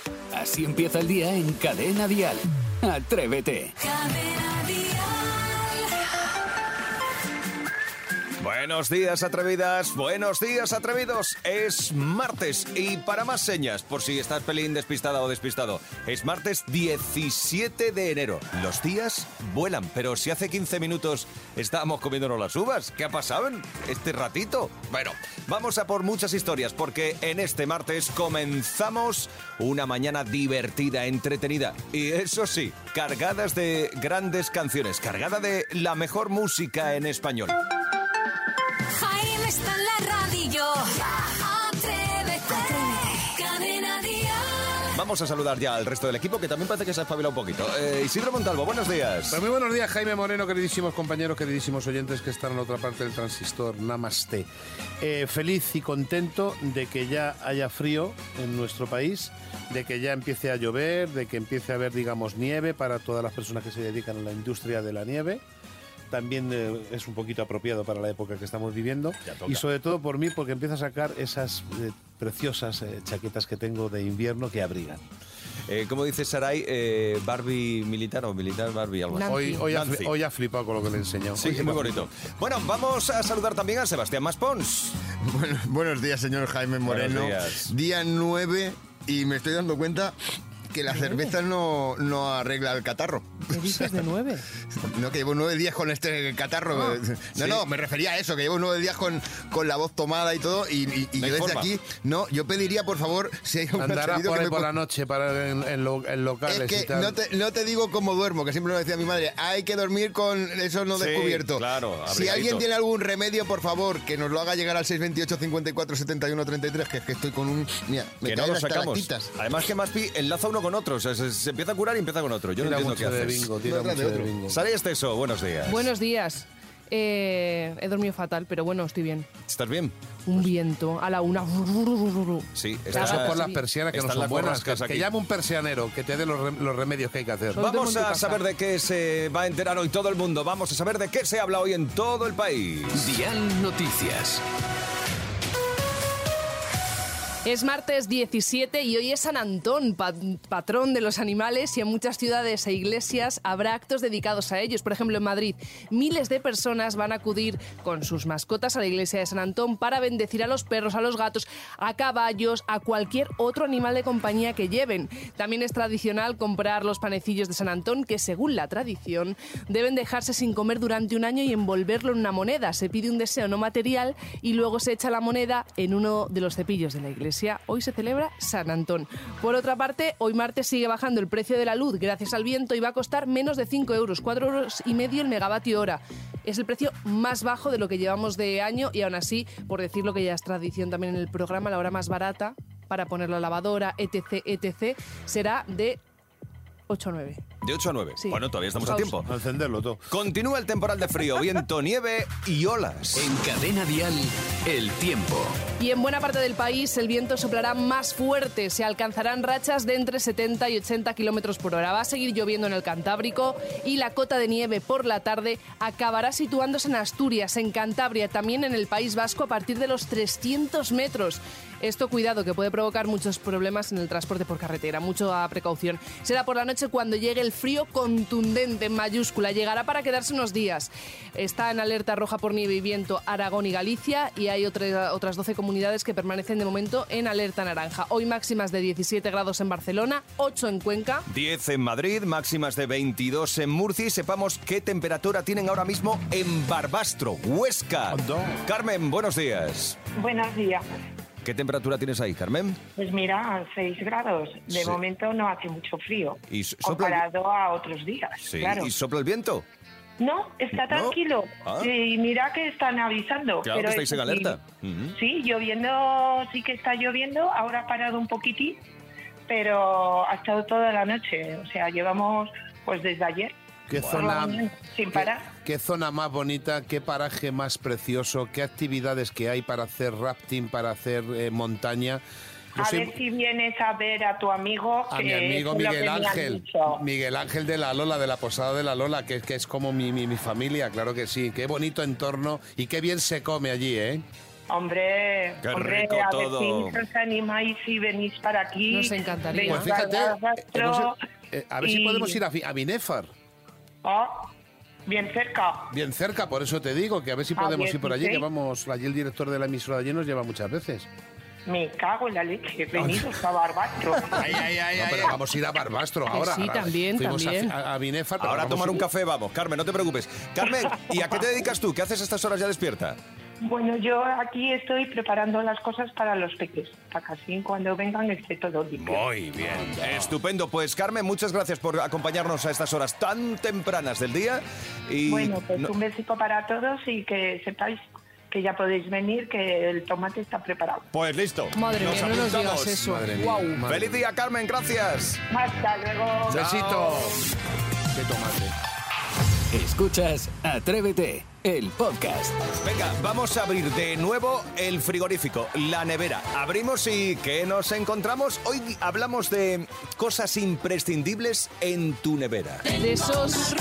Así empieza el día en Cadena Dial. Atrévete. Cadena Dial. Buenos días, atrevidas. Buenos días, atrevidos. Es martes y para más señas, por si estás pelín despistada o despistado, es martes 17 de enero. Los días vuelan, pero si hace 15 minutos estábamos comiéndonos las uvas, ¿qué ha pasado en este ratito? Bueno, vamos a por muchas historias porque en este martes comenzamos una mañana divertida, entretenida y eso sí, cargadas de grandes canciones, cargada de la mejor música en español. Jaime está en la radio. Atrévete. Cadena Dial. Vamos a saludar ya al resto del equipo que también parece que se ha espabilado un poquito. Isidro Montalvo, buenos días. Pues muy buenos días, Jaime Moreno, queridísimos compañeros, queridísimos oyentes que están en la otra parte del transistor. Namaste. Feliz y contento de que ya haya frío en nuestro país, de que ya empiece a llover, de que empiece a haber, digamos, nieve para todas las personas que se dedican a la industria de la nieve. También es un poquito apropiado para la época que estamos viviendo. Y sobre todo por mí, porque empiezo a sacar esas preciosas chaquetas que tengo de invierno que abrigan. ¿Cómo dice Saray? ¿Barbie militar o militar Barbie? Algo así. Hoy ha flipado con lo que le he enseñado. Sí, muy bonito. Bueno, vamos a saludar también a Sebastián Maspons. Buenos días, señor Jaime Moreno. Buenos días. Día 9 y me estoy dando cuenta que la cerveza no arregla el catarro. ¿Qué dices de 9? No, que llevo 9 días con este catarro. No, me refería a eso, que llevo 9 días con la voz tomada y todo. Y yo desde aquí, yo pediría, por favor, si hay un Andarás por ahí que por la noche para en locales es que y tal. no te digo cómo duermo, que siempre me decía mi madre, hay que dormir con eso no descubierto. Claro, si abrigadito. alguien tiene algún remedio, por favor, que nos lo haga llegar al 628 54 71 33, que es que estoy con un... Mira, me Que no caen lo las sacamos. estalactitas. Además que Maspi enlaza uno con otro. O sea, se empieza a curar y empieza con otro. Yo no Tira entiendo qué mucho de haces. bingo, tira Uno tras mucho de de otro. bingo. Saray Esteso, buenos días. Buenos días. He dormido fatal, pero bueno, estoy bien. ¿Estás bien? Un viento a la una. Sí. Eso es por las Sí. persianas que no Están son las buenas. borrascas Que aquí. llame un persianero, que te dé los remedios que hay que hacer. Solo tengo Vamos en tu a casa. saber de qué se va a enterar hoy todo el mundo. Vamos a saber de qué se habla hoy en todo el país. Dial Noticias. Es martes 17 y hoy es San Antón, patrón de los animales, y en muchas ciudades e iglesias habrá actos dedicados a ellos. Por ejemplo, en Madrid, miles de personas van a acudir con sus mascotas a la iglesia de San Antón para bendecir a los perros, a los gatos, a caballos, a cualquier otro animal de compañía que lleven. También es tradicional comprar los panecillos de San Antón, que según la tradición deben dejarse sin comer durante un año y envolverlo en una moneda. Se pide un deseo no material y luego se echa la moneda en uno de los cepillos de la iglesia. Hoy se celebra San Antón. Por otra parte, hoy martes sigue bajando el precio de la luz gracias al viento y va a costar menos de 5 euros, 4,5 € el megavatio hora. Es el precio más bajo de lo que llevamos de año y aún así, por decir lo que ya es tradición también en el programa, la hora más barata para poner la lavadora, etc., será de 8 a 9. De 8 a 9. Sí. Bueno, todavía estamos a tiempo. A encenderlo todo. Continúa el temporal de frío, viento, nieve y olas. En Cadena Dial, el tiempo. Y en buena parte del país el viento soplará más fuerte. Se alcanzarán rachas de entre 70 y 80 kilómetros por hora. Va a seguir lloviendo en el Cantábrico y la cota de nieve por la tarde acabará situándose en Asturias, en Cantabria, también en el País Vasco a partir de los 300 metros. Esto, cuidado, que puede provocar muchos problemas en el transporte por carretera. Mucha precaución. Será por la noche cuando llegue el frío contundente en mayúscula. Llegará para quedarse unos días. Está en alerta roja por nieve y viento Aragón y Galicia y hay otras 12 comunidades que permanecen de momento en alerta naranja. Hoy máximas de 17 grados en Barcelona, 8 en Cuenca. 10 en Madrid, máximas de 22 en Murcia y sepamos qué temperatura tienen ahora mismo en Barbastro, Huesca. Carmen, buenos días. Buenos días. ¿Qué temperatura tienes ahí, Carmen? Pues mira, 6 grados. De Sí. momento no hace mucho frío, ¿Y sopla comparado a otros días. Sí, Claro. ¿y sopla el viento? No, está ¿No? tranquilo. Ah. Y mira que están avisando. Claro pero que estáis en eso sí, alerta. Ujú. Sí, lloviendo, sí que está lloviendo. Ahora ha parado un poquitín, pero ha estado toda la noche. O sea, llevamos pues desde ayer. ¿Qué por la zona, mañana, sin parar. qué zona más bonita, qué paraje más precioso, qué actividades que hay para hacer rafting, para hacer montaña? Yo A soy- ver si vienes a ver a tu amigo. A que mi amigo es lo que Miguel me han Ángel, dicho. Miguel Ángel de la Lola, de la Posada de la Lola, que es como mi familia, claro que sí. Qué bonito entorno y qué bien se come allí, ¿eh? Hombre, Qué hombre, rico a todo. ver si os animáis y venís para aquí. Nos encantaría. Venís Pues fíjate, al gastro a ver si y- podemos ir a Binéfar. Ah, bien cerca. Bien cerca, por eso te digo que a ver si podemos ir por allí, 16. que vamos, allí el director de la emisora de allí nos lleva muchas veces. Me cago en la leche. Venidos a Barbastro. No, pero vamos a ir a Barbastro ahora. sí, también, Fuimos también. a Binéfar. pero Ahora a vamos tomar un ir- café vamos. Carmen, no te preocupes. Carmen, ¿y a qué te dedicas tú? ¿Qué haces a estas horas ya despierta? Bueno, yo aquí estoy preparando las cosas para los peques, para que así cuando vengan esté todo limpio. Muy bien. Estupendo. Pues Carmen, muchas gracias por acompañarnos a estas horas tan tempranas del día. Y Bueno, pues no- un besito para todos y que sepáis que ya podéis venir, que el tomate está preparado. Pues listo. Madre mía, no nos digas apuntamos. eso. Madre mía, Guau. madre Feliz día, Carmen. Gracias. Hasta luego. Besito. Qué tomate. Escuchas Atrévete, el podcast. Venga, vamos a abrir de nuevo el frigorífico, la nevera. Abrimos y ¿qué nos encontramos? Hoy hablamos de cosas imprescindibles en tu nevera. De esos...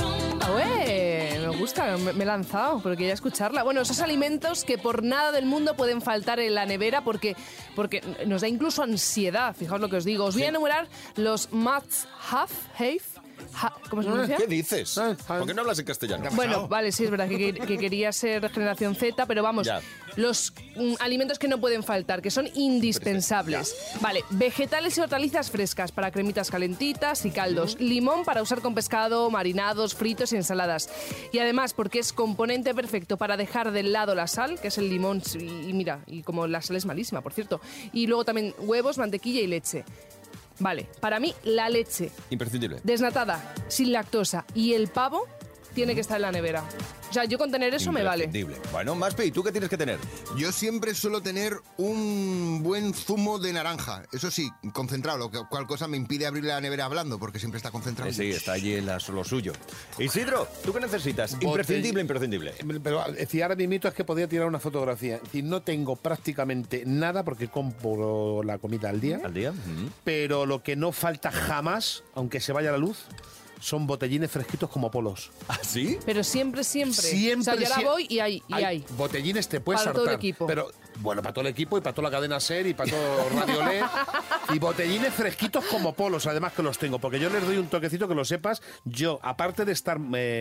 Me gusta, me he lanzado, pero quería escucharla. Bueno, esos alimentos que por nada del mundo pueden faltar en la nevera porque nos da incluso ansiedad, fijaos lo que os digo. Os voy a enumerar los must-have, ¿cómo se pronuncia? ¿Qué dices? ¿Por qué no hablas en castellano? Bueno, vale, sí, es verdad que quería ser generación Z, pero vamos, Ya. los alimentos que no pueden faltar, que son indispensables. Vale, vegetales y hortalizas frescas para cremitas calentitas y caldos. Limón para usar con pescado, marinados, fritos y ensaladas. Y además, porque es componente perfecto para dejar de lado la sal, que es el limón, y mira, y como la sal es malísima, por cierto. Y luego también huevos, mantequilla y leche. Vale, para mí la leche Imprescindible. desnatada, sin lactosa y el pavo tiene que estar en la nevera. O sea, yo con tener eso me vale. Imprescindible. Bueno, Maspi, ¿tú qué tienes que tener? Yo siempre suelo tener un buen zumo de naranja. Eso sí, concentrado, cual cosa me impide abrir la nevera hablando, porque siempre está concentrado. Sí, está allí en lo suyo. Isidro, ¿tú qué necesitas? Imprescindible, imprescindible. Pero decir, ahora mismo es que podía tirar una fotografía. Es decir, no tengo prácticamente nada porque compro la comida al día. ¿Al día? Pero lo que no falta jamás, aunque se vaya la luz, son botellines fresquitos como polos. ¿Ah, sí? Pero siempre. Siempre, O sea, yo ahora sie- voy y hay. Botellines te puedes Para hartar. todo el equipo. Pero, bueno, para todo el equipo y para toda la cadena SER y para todo Radio LED. Y botellines fresquitos como polos, además que los tengo. Porque yo les doy un toquecito, que lo sepas. Yo, aparte de estar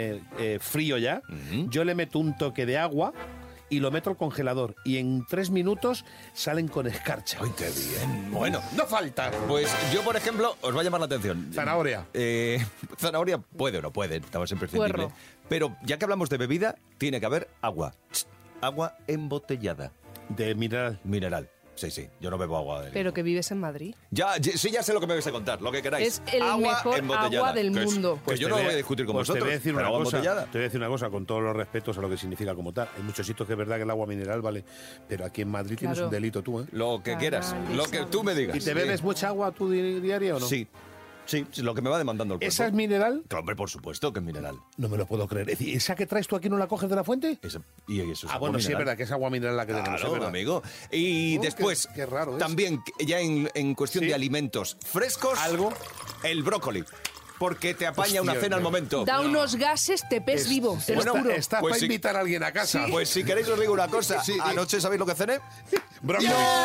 frío ya, yo le meto un toque de agua y lo meto al congelador. Y en 3 minutos salen con escarcha. ¡Ay, qué bien! Bueno, No falta. pues yo, por ejemplo, os va a llamar la atención. Zanahoria. Zanahoria puede o no puede, estamos imprescindible. Puerro. Pero ya que hablamos de bebida, tiene que haber agua. Agua embotellada. De mineral. Mineral. Sí, yo no bebo agua. Pero que vives en Madrid. Sí, ya sé lo que me vais a contar, lo que queráis. Es el mejor embotellada. agua del Que es- mundo. Pues yo no voy a discutir con pues vosotros. Te voy a decir pero una agua cosa. embotellada. Te voy a decir una cosa, con todos los respetos a lo que significa como tal. Hay muchos sitios que es verdad que el agua mineral vale, pero aquí en Madrid tienes Claro. un delito tú, ¿eh? Lo que quieras, Canal lo que tú me digas. ¿Y te bebes mucha agua tú diaria o no? Sí, lo que me va demandando el cuerpo. ¿Esa es mineral? Claro, hombre, por supuesto que es mineral. No me lo puedo creer. Es decir, ¿esa que traes tú aquí no la coges de la fuente? Y eso es Ah, agua bueno, sí, es mineral. verdad que es agua mineral la que tenemos, es Claro, verdad. amigo. Y Oh, después, qué raro es. también, ya en cuestión Sí. de alimentos frescos, ¿Algo? el brócoli. Porque te apaña Hostia, una cena al no. momento. Da unos gases, te pes vivo, te lo juro. Está Pues para sí. invitar a alguien a casa. Pues si queréis os digo una cosa. Sí. Anoche, ¿sabéis lo que cené? Brócoli.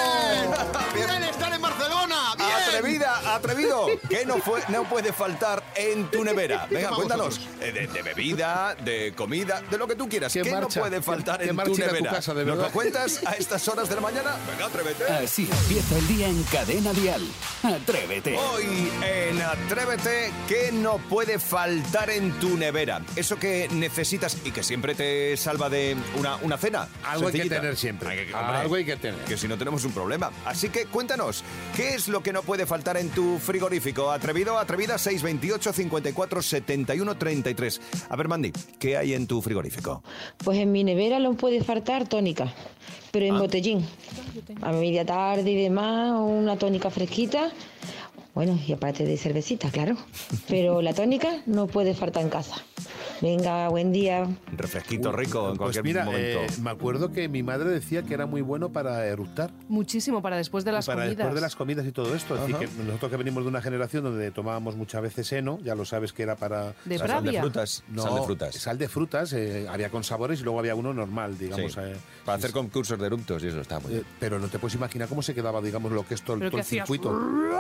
¡Bien! ¡Están en Barcelona! ¡Bien! Atrevido. ¿Qué no puede faltar en tu nevera? Venga, para cuéntanos. vosotros. De bebida, de comida, de lo que tú quieras. Que ¿Qué marcha, no puede faltar que en tu marche ir a tu nevera? casa, de ¿Nos verdad. lo cuentas a estas horas de la mañana? Venga, atrévete. Así empieza el día en Cadena Dial. Atrévete. Hoy en Atrévete, ¿qué no puede faltar en tu nevera? Eso que necesitas y que siempre te salva de una cena. Algo hay que sencillita. tener siempre. Hombre, Algo hay que tener. Que si no tenemos un problema. Así que cuéntanos, ¿qué es lo que no puede faltar en tu frigorífico? Atrevido, atrevida, 628 54 71 33. A ver, Mandy, ¿qué hay en tu frigorífico? Pues en mi nevera no puede faltar tónica, pero en botellín. A media tarde y demás, una tónica fresquita. Bueno, y aparte de cervecita, claro. Pero la tónica no puede faltar en casa. Venga, buen día. Un refresquito rico en Pues cualquier mira, momento. me acuerdo que mi madre decía que era muy bueno para eructar. Muchísimo para después de las para comidas. después de las comidas y todo esto. Es decir, Ajá. que nosotros que venimos de una generación donde tomábamos muchas veces heno, ya lo sabes que era para... De Sal de Bravia. frutas. No, Sal de frutas. Sal de frutas, había con sabores y luego había uno normal, Sí. digamos. Para hacer concursos de eructos y eso está muy bien. Pero no te puedes imaginar cómo se quedaba, digamos, lo que es todo, ¿Pero todo qué el hacías? circuito.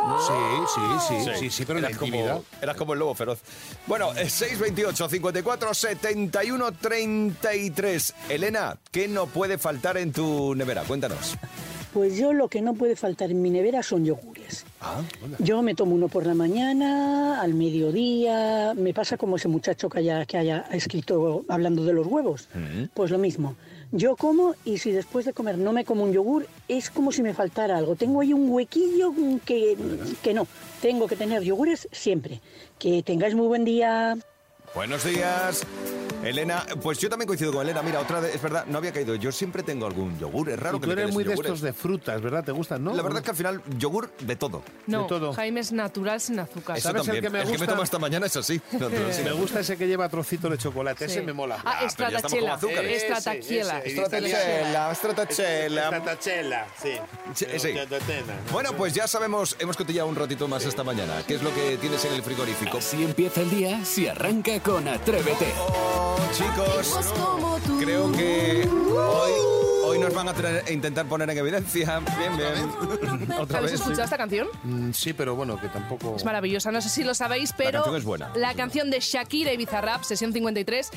Sí, pero en la intimidad. Eras como el lobo feroz. Bueno, 628 54 71 33. Elena, ¿qué no puede faltar en tu nevera? Cuéntanos. Pues yo lo que no puede faltar en mi nevera son yogures. Yo me tomo uno por la mañana, al mediodía. Me pasa como ese muchacho que haya escrito hablando de los huevos. Pues lo mismo. Yo como y si después de comer no me como un yogur, es como si me faltara algo. Tengo ahí un huequillo que no. Tengo que tener yogures siempre. Que tengáis muy buen día. Buenos días. Elena, pues yo también coincido con Elena. Mira, otra vez, es verdad, no había caído. Yo siempre tengo algún yogur. Es raro Y que tú me eres quede muy sin de yogures. estos de frutas, ¿verdad? ¿Te gustan, no? La verdad es que al final, yogur de todo. No, de todo. Jaime es natural sin azúcar. Eso ¿Sabes el también. que me el que me gusta? tomo esta mañana es así. natural, sin Me azúcar. gusta ese que lleva trocito de chocolate. Sí. Ese me mola. Ah, pero ya estamos con azúcares. Estratacchiela. Stratacella, Stratacella, sí. Sí. Bueno, pues ya sabemos, hemos cotillado un ratito más esta mañana. ¿Qué es lo que tienes en el frigorífico? Si empieza el día, si arranca con Atrévete. Oh, chicos, Tipos como tú. creo que hoy nos van a intentar poner en evidencia. Bien. Otra ¿Habéis vez. escuchado esta canción? Sí, pero bueno, que tampoco... Es maravillosa, no sé si lo sabéis, pero canción es buena. la canción de Shakira y Bizarrap, sesión 53,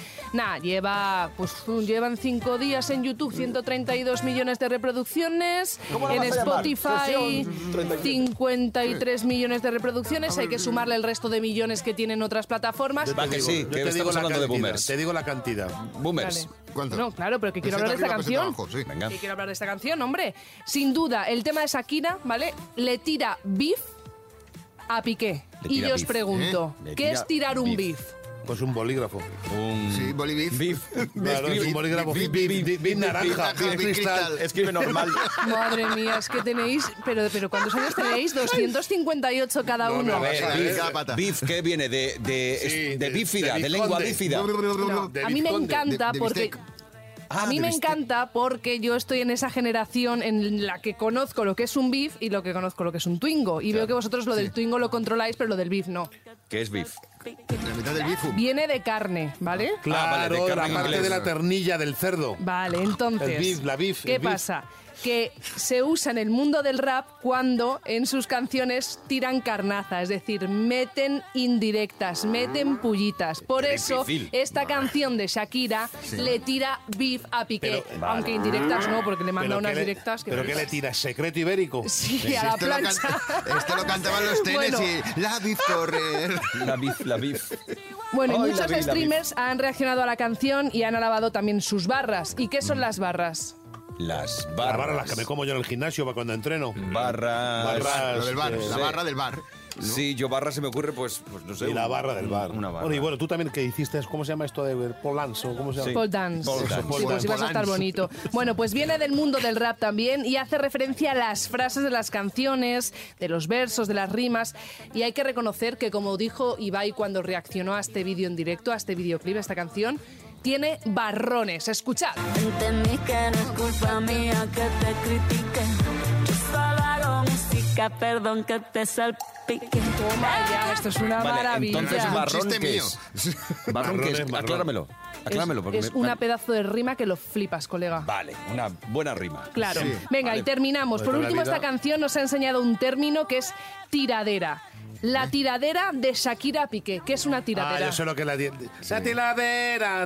llevan 5 días en YouTube, 132 millones de reproducciones, ¿Cómo la en vas a llamar? Spotify Sesión 33. 53 millones de reproducciones, hay que sumarle el resto de millones que tienen otras plataformas. Va, que sí, Yo que te estamos la hablando de cantidad, boomers. Te digo la cantidad. Boomers. Vale. ¿Cuánto? No, claro, pero que quiero hablar de esta Presenta arriba, canción. presenta abajo, sí. Venga. Que quiero hablar de esta canción, hombre. Sin duda, el tema de Shakira, ¿vale? Le tira beef a Piqué. Le Y tira yo os beef, pregunto, Le ¿qué tira es tirar un beef. beef? Pues un bolígrafo. Sí, Bolivif. Beef. Claro, es un bolígrafo. Bit naranja, bit cristal. Escribe normal. Madre mía, es que tenéis... Pero ¿cuántos años tenéis? 258 cada uno. A ver, Vas a ver, beef, cada pata. beef, ¿qué viene? De bífida, de lengua bizconde. bífida. No, de a mí me bizconde, encanta de porque... bistec. A mí de me bistec. encanta porque yo estoy en esa generación en la que conozco lo que es un beef y lo que conozco lo que es un Twingo. Y veo que vosotros lo del Twingo lo controláis, pero lo del beef no. ¿Qué es beef? La mitad del bifu. Viene de carne, ¿vale? Claro, vale, de carne la parte inglesa. de la ternilla del cerdo. Vale, entonces... El beef, la beef, ¿Qué el beef. pasa? Que se usa en el mundo del rap cuando en sus canciones tiran carnaza, es decir, meten indirectas, meten pullitas. Por Qué eso, difícil. esta canción de Shakira le tira beef a Piqué. Aunque indirectas no, porque le manda Pero unas ¿qué le- directas que... ¿Pero qué le tiras? ¿Secreto ibérico? Sí, a la Esto lo, plancha. esto lo cantaban los tenes Bueno. y la bif correr. La beef. Bueno, y Ay, muchos la vi, la vi. streamers han reaccionado a la canción y han alabado también sus barras. ¿Y qué son las barras? Las La barras. barra, las que me como yo en el gimnasio para cuando entreno. Barras. Lo del bar, la Sí. barra del bar. Sí, yo barra se me ocurre, pues no sé. Y la barra del bar. Una barra. Bueno, y bueno, tú también que hiciste, ¿cómo se llama esto de pole dance o cómo se llama? Sí. Pole dance. Pole dance. Sí, pues Pole ibas a estar dance. bonito. Bueno, pues viene del mundo del rap también y hace referencia a las frases de las canciones, de los versos, de las rimas. Y hay que reconocer que, como dijo Ibai cuando reaccionó a este vídeo en directo, a este videoclip, a esta canción, tiene barrones. Escuchad. Entendí que no es culpa mía que te critique. Yo solo hago música, perdón que te salpique. Toma ya, esto es una Vale, maravilla. entonces Un ¿barrón chiste qué mío. es? ¿Barrón qué es? Marrón. Acláramelo. Acláramelo. porque es me- una pedazo de rima que lo flipas, colega. Vale, una buena rima. Claro. Sí. Venga, Vale. y terminamos. Por Pues último, la vida- esta canción nos ha enseñado un término que es tiradera. La tiradera de Shakira Piqué. ¿Qué es una Ah, tiradera? yo sé lo que es la... La tiradera.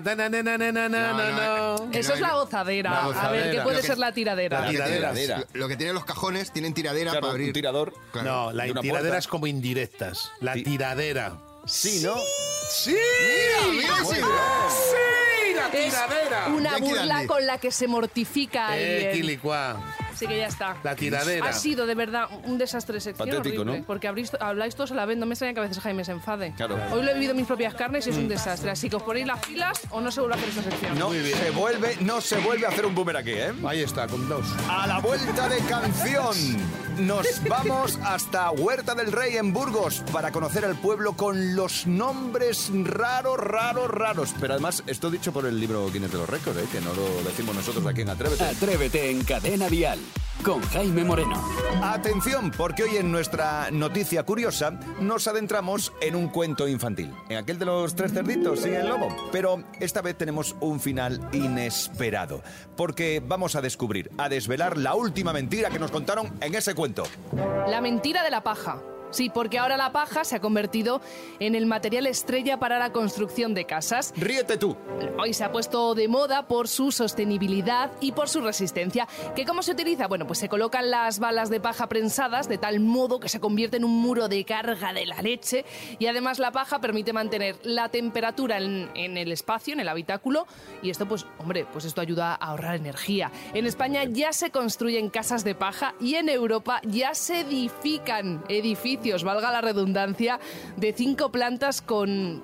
No. Eso es la gozadera. La A ver, gozadera. ¿qué puede Lo que- ser la tiradera? La tiradera. Lo que tiene los cajones tienen tiradera Claro, para abrir. un tirador. Claro. No, la De una tiradera puerta. es como indirectas. La Ti- tiradera. Sí, ¿no? ¡Sí! Mira, sí. ¡Sí! ¡La Es tiradera! una Jackie burla Dandy. con la que se mortifica a alguien. Quilicua. Así que ya está. La tiradera. Ha sido de verdad un desastre de sección Patético, horrible, ¿no? porque habláis todos a la vez. No me extraña que a veces Jaime se enfade. Claro. Hoy lo he vivido en mis propias carnes y es un desastre. Así que os ponéis las pilas o no se vuelve a hacer esta sección. No se vuelve a hacer un boomer aquí, ¿eh? Ahí está, con dos. A la vuelta de canción. nos vamos hasta Huerta del Rey en Burgos para conocer al pueblo con los nombres raros. Pero además, esto dicho por el libro Guinness de los Récords, que no lo decimos nosotros aquí en Atrévete. Atrévete en Cadena Dial con Jaime Moreno. Atención, porque hoy en nuestra noticia curiosa nos adentramos en un cuento infantil. En aquel de los 3 cerditos y el lobo. Pero esta vez tenemos un final inesperado. Porque vamos a descubrir, a desvelar la última mentira que nos contaron en ese cuento. La mentira de la paja. Sí, porque ahora la paja se ha convertido en el material estrella para la construcción de casas. Ríete tú. Hoy se ha puesto de moda por su sostenibilidad y por su resistencia. ¿Que cómo se utiliza? Bueno, pues se colocan las balas de paja prensadas de tal modo que se convierte en un muro de carga de la leche, y además la paja permite mantener la temperatura en el espacio, en el habitáculo, y esto, pues, hombre, pues esto ayuda a ahorrar energía. En España ya se construyen casas de paja y en Europa ya se edifican edificios, valga la redundancia, de 5 plantas con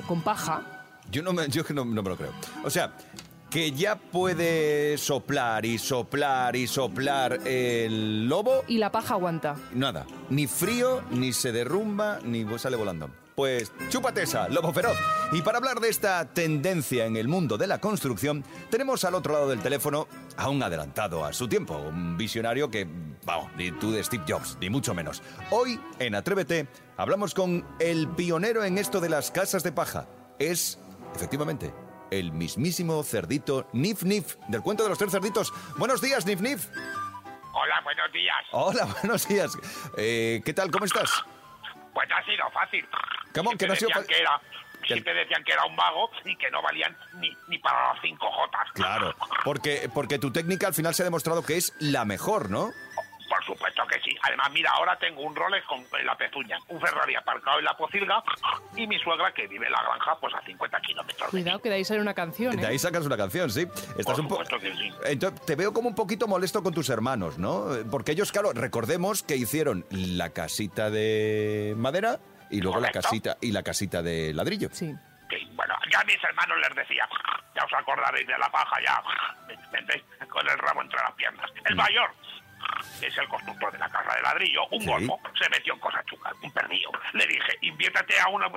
paja. Yo que no me lo creo. O sea, que ya puede soplar y soplar y soplar el lobo. Y la paja aguanta. Nada, ni frío, ni se derrumba, ni sale volando. Pues chúpate esa, lobo feroz. Y para hablar de esta tendencia en el mundo de la construcción, tenemos al otro lado del teléfono a un adelantado a su tiempo, un visionario que, vamos, ni tú de Steve Jobs, ni mucho menos. Hoy, en Atrévete, hablamos con el pionero en esto de las casas de paja. Es, efectivamente, el mismísimo cerdito Nif Nif, del cuento de los 3 cerditos. Buenos días, Nif Nif. Hola, buenos días. Hola, buenos días. ¿Qué tal? ¿Cómo estás? Pues ha sido fácil. ¿Cómo? ¿Que no ha sido fácil? Siempre decían que era un vago y que no valían ni para las 5 jotas. Claro, porque tu técnica al final se ha demostrado que es la mejor, ¿no? Por supuesto que sí. Además, mira, ahora tengo un Rolex en la pezuña, un Ferrari aparcado en la Pocilga y mi suegra que vive en la granja pues a 50 kilómetros. Cuidado, que de ahí sale una canción, ¿eh? De ahí sacas una canción, sí. Por supuesto que sí. Entonces, te veo como un poquito molesto con tus hermanos, ¿no? Porque ellos, claro, recordemos que hicieron la casita de madera y luego la casita de ladrillo. Sí. Sí, bueno, ya a mis hermanos les decía, ya os acordaréis de la paja, ya vendréis con el rabo entre las piernas. El mayor, que es el constructor de la casa de ladrillo, un golfo, se metió en cosas chungas, un perdido. Le dije, inviertas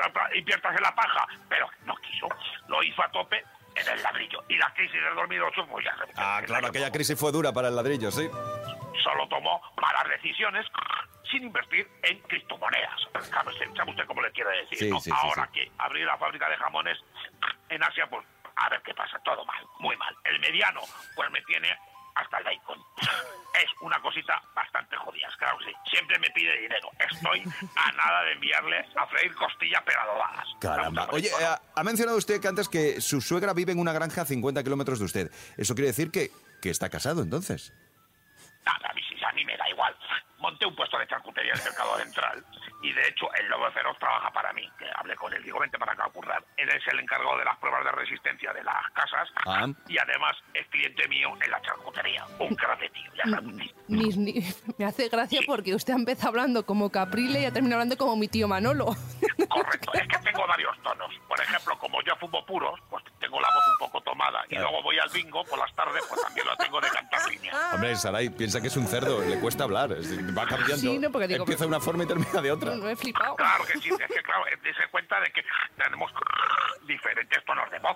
en la paja, pero no quiso, lo hizo a tope en el ladrillo. Y la crisis del 2008 pues ya... Claro, aquella crisis fue dura para el ladrillo, sí. Solo tomó malas decisiones sin invertir en criptomonedas. ¿Sabe usted cómo le quiero decir? Sí, ¿no? sí, Ahora sí. que abrir la fábrica de jamones en Asia, pues a ver qué pasa. Todo mal, muy mal. El mediano, pues me tiene hasta el bacon. Es una cosita bastante jodida, claro que sí. Siempre me pide dinero. Estoy a nada de enviarle a freír costillas pegadoradas. Caramba. Oye, ha mencionado usted que antes que su suegra vive en una granja a 50 kilómetros de usted. ¿Eso quiere decir que está casado, entonces? Nada, a mí me da igual. Monté un puesto de charcutería en el mercado central y de hecho el lobo feroz trabaja para mí, que hablé con él, digo, vente para acá a currar. Él es el encargado de las pruebas de resistencia de las casas y además es cliente mío en la charcutería. Un crack de tío, ya sabes. Me hace gracia porque usted empezó hablando como Caprile y ha terminado hablando como mi tío Manolo. Correcto, es que tengo varios tonos. Por ejemplo, como yo fumo puros, pues tengo la voz un poco tomada y luego voy al bingo por las tardes, pues también la tengo de cantar líneas. Hombre, Saray, piensa que es un cerdo, le cuesta hablar, va cambiando. Sí, no, porque digo, empieza de una forma y termina de otra. No he flipado. Claro que sí, es que claro, dése cuenta de que tenemos diferentes tonos de voz.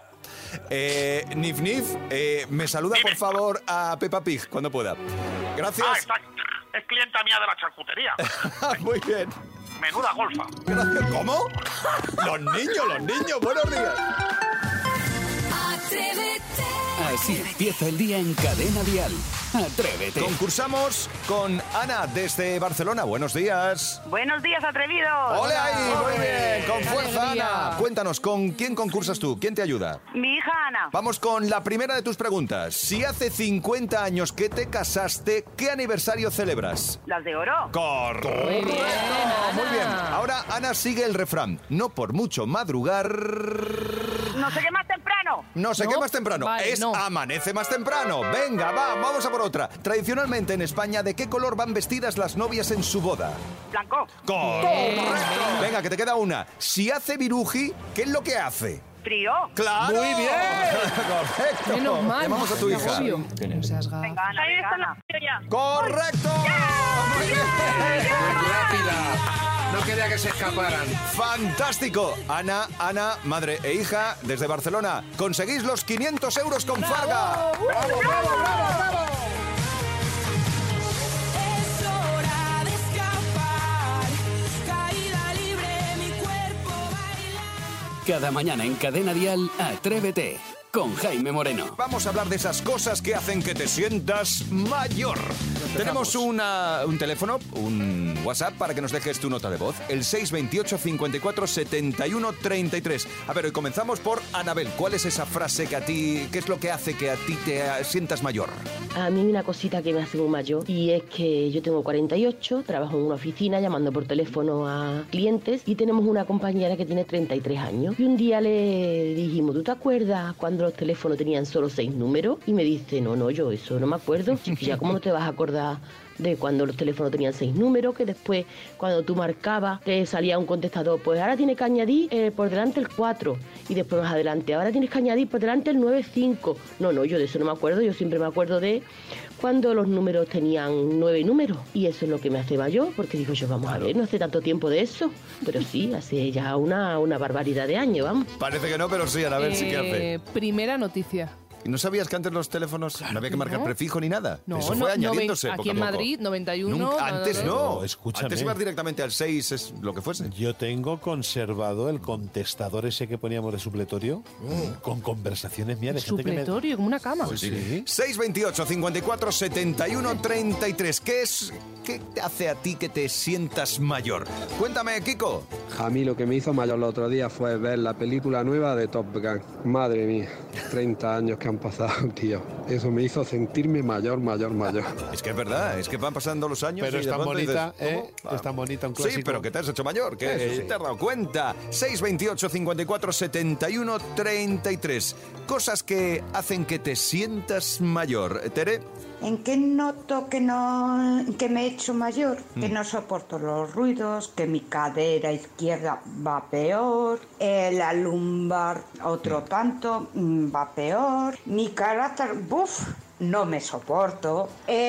Nif Nif, me saluda por favor a Peppa Pig cuando pueda. Gracias. Está, es clienta mía de la charcutería. Muy bien. Menuda golfa. Gracias. ¿Cómo? Los niños, buenos días. Así empieza el día en Cadena Dial. Atrévete. Concursamos con Ana desde Barcelona. Buenos días. Buenos días, atrevidos. ¡Ole ahí! Muy bien, con fuerza, alegría. Ana. Cuéntanos, ¿con quién concursas tú? ¿Quién te ayuda? Mi hija Ana. Vamos con la primera de tus preguntas. Si hace 50 años que te casaste, ¿qué aniversario celebras? Las de oro. Correcto. Muy bien, Ana. Muy bien. Ahora Ana sigue el refrán. No por mucho madrugar... No sé qué más temprano. No sé qué más temprano. Vale, es no. amanece más temprano. Venga, vamos a por otra. Tradicionalmente en España, ¿de qué color van vestidas las novias en su boda? Blanco. Correcto. Venga, que te queda una. Si hace viruji, ¿qué es lo que hace? Frío. ¡Claro! Muy bien. Correcto. Menos mal. Llamamos a tu hija. Que no seas gafa. Venga, Ana, venga, Ana. ¡Correcto! Muy rápida. No quería que se escaparan. ¡Fantástico! Ana, madre e hija, desde Barcelona, conseguís los 500 euros con Farga. ¡Bravo, bravo, bravo, bravo! Es hora de escapar, caída libre, mi cuerpo baila. Cada mañana en Cadena Dial, Atrévete, con Jaime Moreno. Vamos a hablar de esas cosas que hacen que te sientas mayor. Tenemos un teléfono, un WhatsApp para que nos dejes tu nota de voz. El 628 54 71 33. A ver, hoy comenzamos por Anabel. ¿Cuál es esa frase que a ti, qué es lo que hace que a ti te sientas mayor? A mí una cosita que me hace muy mayor y es que yo tengo 48, trabajo en una oficina llamando por teléfono a clientes y tenemos una compañera que tiene 33 años. Y un día le dijimos, ¿tú te acuerdas cuando los teléfonos tenían solo 6 números? Y me dice, no, yo eso no me acuerdo. Chiquilla, ¿cómo no te vas a acordar de cuando los teléfonos tenían 6 números? Que después, cuando tú marcabas, te salía un contestador, pues ahora tienes que añadir por delante el 4 y después más adelante, ahora tienes que añadir por delante el 9-5. No, yo de eso no me acuerdo, yo siempre me acuerdo de cuando los números tenían 9 números y eso es lo que me hace mayor, porque digo yo, vamos a ver, no hace tanto tiempo de eso, pero sí, hace ya una barbaridad de años, vamos. Parece que no, pero sí, Anabel sí que hace. Primera noticia. ¿Y no sabías que antes los teléfonos no había que marcar prefijo ni nada? No, eso fue añadiéndose aquí poco a en poco. Madrid, 91... Nunca, antes no. Escúchame. Antes ibas directamente al 6, es lo que fuese. Yo tengo conservado el contestador ese que poníamos de supletorio con conversaciones mías de gente que me... Supletorio, como una cama. Pues sí. 628 54 71 33. ¿Qué te hace a ti que te sientas mayor? Cuéntame, Kiko. A mí lo que me hizo mayor el otro día fue ver la película nueva de Top Gun. Madre mía, 30 años que han pasado, tío. Eso me hizo sentirme mayor. Es que es verdad, es que van pasando los años. Pero y es de tan pronto bonita, dices, Es tan bonita un clásico. Sí, pero que te has hecho mayor, que Eso sí. te has dado cuenta. 628 54 71 33. Cosas que hacen que te sientas mayor. Tere. ¿En qué noto que me he hecho mayor? Que no soporto los ruidos, que mi cadera izquierda va peor, la lumbar otro tanto va peor, mi carácter, no me soporto.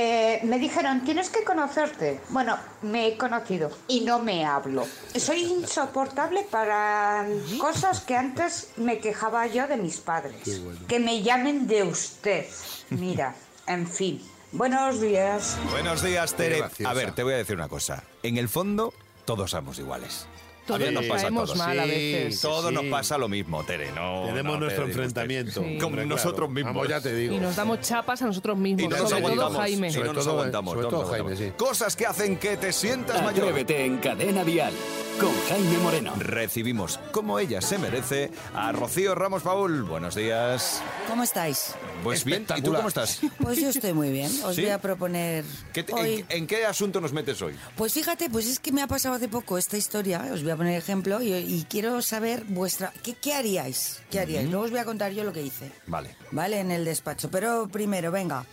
Me dijeron, tienes que conocerte. Bueno, me he conocido y no me hablo. Soy insoportable para cosas que antes me quejaba yo de mis padres. Bueno. Que me llamen de usted. Mira, en fin. Buenos días. Buenos días, Tere. A ver, te voy a decir una cosa. En el fondo, todos somos iguales. Todos nos caemos mal a veces. Todos nos pasa lo mismo, Tere. Tenemos nuestro enfrentamiento. Sí. Con nosotros mismos. Vamos, ya te digo. Y nos damos chapas a nosotros mismos. Y no sobre todo Jaime. Y no nos aguantamos. Sobre todo Jaime, sí. Cosas que hacen que te sientas mayor. Atrévete en Cadena Dial, con Jaime Moreno. Recibimos, como ella se merece, a Rocío Ramos Paul. Buenos días. ¿Cómo estáis? Pues bien, ¿y tú cómo estás? Pues yo estoy muy bien. Os ¿Sí? voy a proponer hoy... ¿En qué asunto nos metes hoy? Pues fíjate, pues es que me ha pasado hace poco esta historia. Os voy a poner ejemplo y quiero saber vuestra... ¿Qué haríais? ¿Qué haríais? Luego os voy a contar yo lo que hice. Vale. Vale, en el despacho. Pero primero, venga.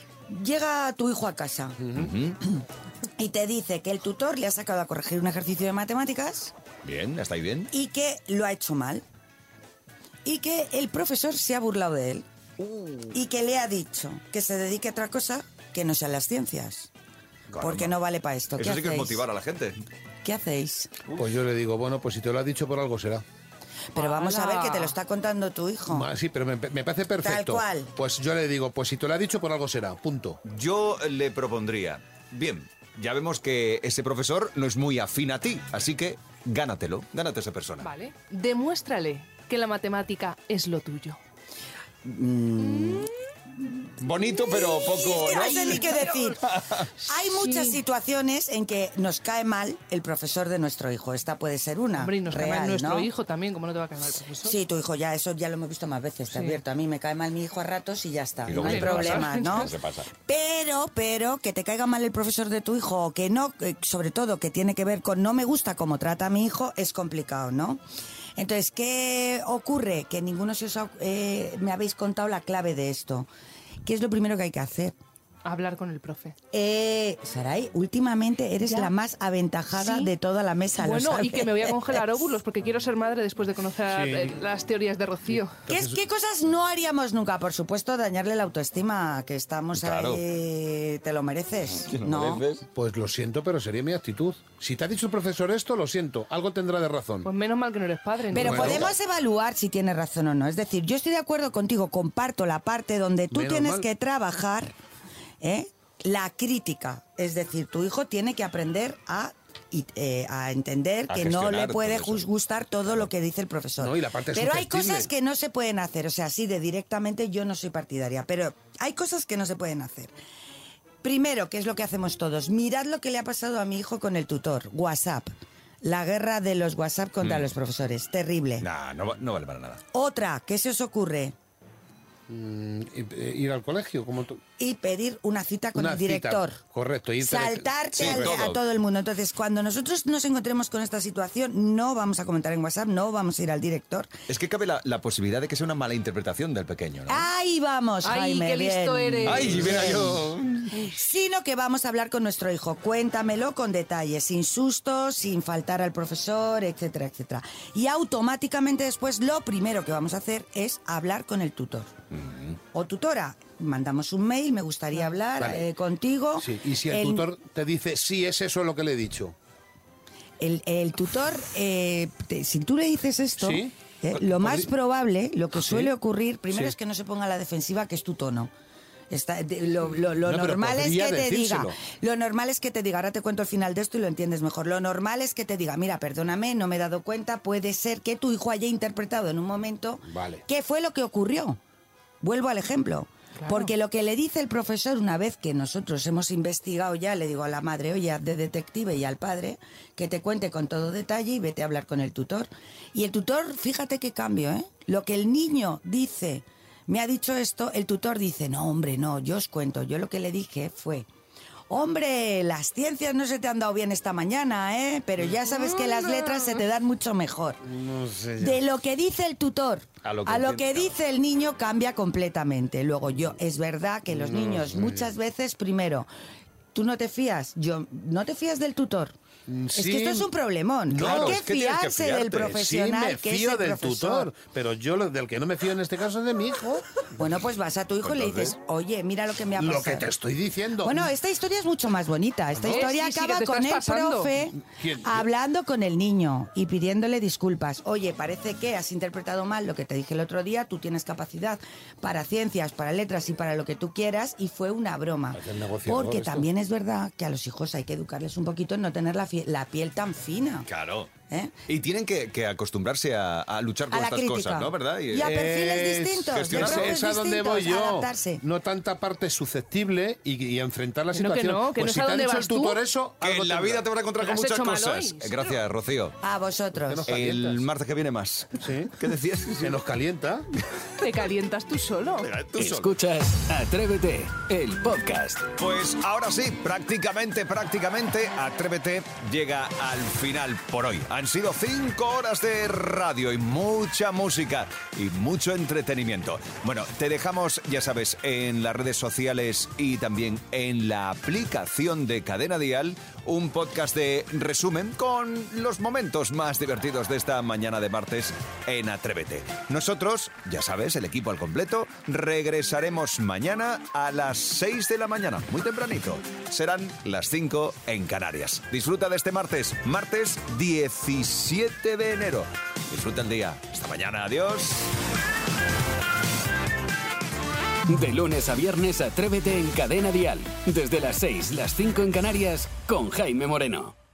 Llega tu hijo a casa y te dice que el tutor le ha sacado a corregir un ejercicio de matemáticas. Bien, ¿está ahí bien? Y que lo ha hecho mal. Y que el profesor se ha burlado de él. Y que le ha dicho que se dedique a otra cosa que no sean las ciencias. Caramba. Porque no vale para esto. Eso sí que es hacéis? motivar a la gente. ¿Qué hacéis? Pues yo le digo, bueno, pues si te lo has dicho por algo será. Pero vamos a ver que te lo está contando tu hijo. Sí, pero me parece perfecto. Tal cual. Pues yo le digo, pues si te lo ha dicho por algo será, punto. Yo le propondría, bien, ya vemos que ese profesor no es muy afín a ti, así que gánate a esa persona. Vale. Demuéstrale que la matemática es lo tuyo. Bonito, pero poco... No sé ni qué decir. Hay muchas situaciones en que nos cae mal el profesor de nuestro hijo. Esta puede ser una. Hombre, y nos cae real, mal nuestro ¿no? hijo también, ¿cómo no te va a caer mal el profesor? Sí, tu hijo ya, eso ya lo hemos visto más veces, te advierto. A mí me cae mal mi hijo a ratos y ya está. Y No hay problema, ¿no? Se pasa. Pero, que te caiga mal el profesor de tu hijo, o que no, sobre todo que tiene que ver con no me gusta cómo trata a mi hijo, es complicado, ¿no? Entonces, ¿qué ocurre? Que ninguno me habéis contado la clave de esto. ¿Qué es lo primero que hay que hacer? Hablar con el profe. Saray, últimamente eres la más aventajada de toda la mesa. Bueno, ¿lo y que me voy a sabes? congelar óvulos porque quiero ser madre después de conocer las teorías de Rocío. ¿Qué cosas no haríamos nunca? Por supuesto, dañarle la autoestima, que estamos ahí... ¿Te lo mereces? ¿No? Pues lo siento, pero sería mi actitud. Si te ha dicho el profesor esto, lo siento, algo tendrá de razón. Pues menos mal que no eres padre. Pero podemos evaluar si tienes razón o no. Es decir, yo estoy de acuerdo contigo, comparto la parte donde tú tienes que trabajar la crítica. Es decir, tu hijo tiene que aprender a entender que no le puede gustar todo lo que dice el profesor. No, y la parte pero hay susceptible. cosas que no se pueden hacer. O sea, así de directamente yo no soy partidaria, pero hay cosas que no se pueden hacer. Primero, ¿qué es lo que hacemos todos? Mirad lo que le ha pasado a mi hijo con el tutor. WhatsApp. La guerra de los WhatsApp contra los profesores. Terrible. No vale para nada. Otra, ¿qué se os ocurre? Ir al colegio, como tú. Y pedir una cita con Una el director. cita, correcto. Saltarte a todo el mundo. Entonces, cuando nosotros nos encontremos con esta situación, no vamos a comentar en WhatsApp, no vamos a ir al director. Es que cabe la posibilidad de que sea una mala interpretación del pequeño, ¿no? Ahí vamos, Jaime. ¡Ay, qué listo bien. eres! ¡Ay, mira yo! Sino que vamos a hablar con nuestro hijo. Cuéntamelo con detalles, sin sustos, sin faltar al profesor, etcétera, etcétera. Y automáticamente después lo primero que vamos a hacer es hablar con el tutor. O tutora, mandamos un mail, me gustaría hablar contigo. Sí, y si el tutor te dice, sí, es eso lo que le he dicho. El tutor, si tú le dices esto, lo más probable, lo que suele ocurrir, primero es que no se ponga a la defensiva, que es tu tono. Lo normal es que te diga, ahora te cuento el final de esto y lo entiendes mejor. Lo normal es que te diga, mira, perdóname, no me he dado cuenta, puede ser que tu hijo haya interpretado en un momento qué fue lo que ocurrió. Vuelvo al ejemplo. Claro. Porque lo que le dice el profesor, una vez que nosotros hemos investigado ya, le digo a la madre, oye, haz de detective, y al padre, que te cuente con todo detalle y vete a hablar con el tutor. Y el tutor, fíjate qué cambio, ¿eh? Lo que el niño dice, me ha dicho esto, el tutor dice, no, hombre, no, yo os cuento, yo lo que le dije fue... Hombre, las ciencias no se te han dado bien esta mañana, ¿eh? Pero ya sabes que las letras se te dan mucho mejor. No sé. De lo que dice el tutor a lo que dice el niño cambia completamente. Luego es verdad que los niños muchas veces, primero, tú no te fías, no te fías del tutor. Sí. Es que esto es un problemón. No, hay que es que tienes que fiarse fiarte. del profesional, sí, me que es fío el del profesor. tutor, pero yo del que no me fío en este caso es de mi hijo. Bueno, pues vas a tu hijo y le dices, oye, mira lo que me ha pasado. Lo que te estoy diciendo. Bueno, esta historia es mucho más bonita. Esta historia acaba con el profe hablando con el niño y pidiéndole disculpas. Oye, parece que has interpretado mal lo que te dije el otro día. Tú tienes capacidad para ciencias, para letras y para lo que tú quieras y fue una broma. Porque también es verdad que a los hijos hay que educarles un poquito en no tener la piel tan fina. Claro. Y tienen que acostumbrarse a luchar con estas cosas, ¿no? ¿Verdad? Y a perfiles distintos. Es a donde voy yo. Adaptarse. No tanta parte susceptible y enfrentar la situación. Que pues no si te ha dicho el tutor tú, eso, que en la vida te vas a encontrar con muchas cosas. hoy. Gracias, Rocío. A vosotros. El martes que viene más. ¿Sí? ¿Qué decías? Se nos calienta. Te calientas tú solo. Escuchas Atrévete, el podcast. Pues ahora sí, prácticamente, Atrévete llega al final por hoy. Han sido 5 horas de radio y mucha música y mucho entretenimiento. Bueno, te dejamos, ya sabes, en las redes sociales y también en la aplicación de Cadena Dial, un podcast de resumen con los momentos más divertidos de esta mañana de martes en Atrévete. Nosotros, ya sabes, el equipo al completo, regresaremos mañana a las 6 de la mañana, muy tempranito. Serán las 5 en Canarias. Disfruta de este martes 17 de enero. Disfruta el día. Hasta mañana. Adiós. De lunes a viernes, Atrévete en Cadena Dial. Desde las 6, las 5 en Canarias, con Jaime Moreno.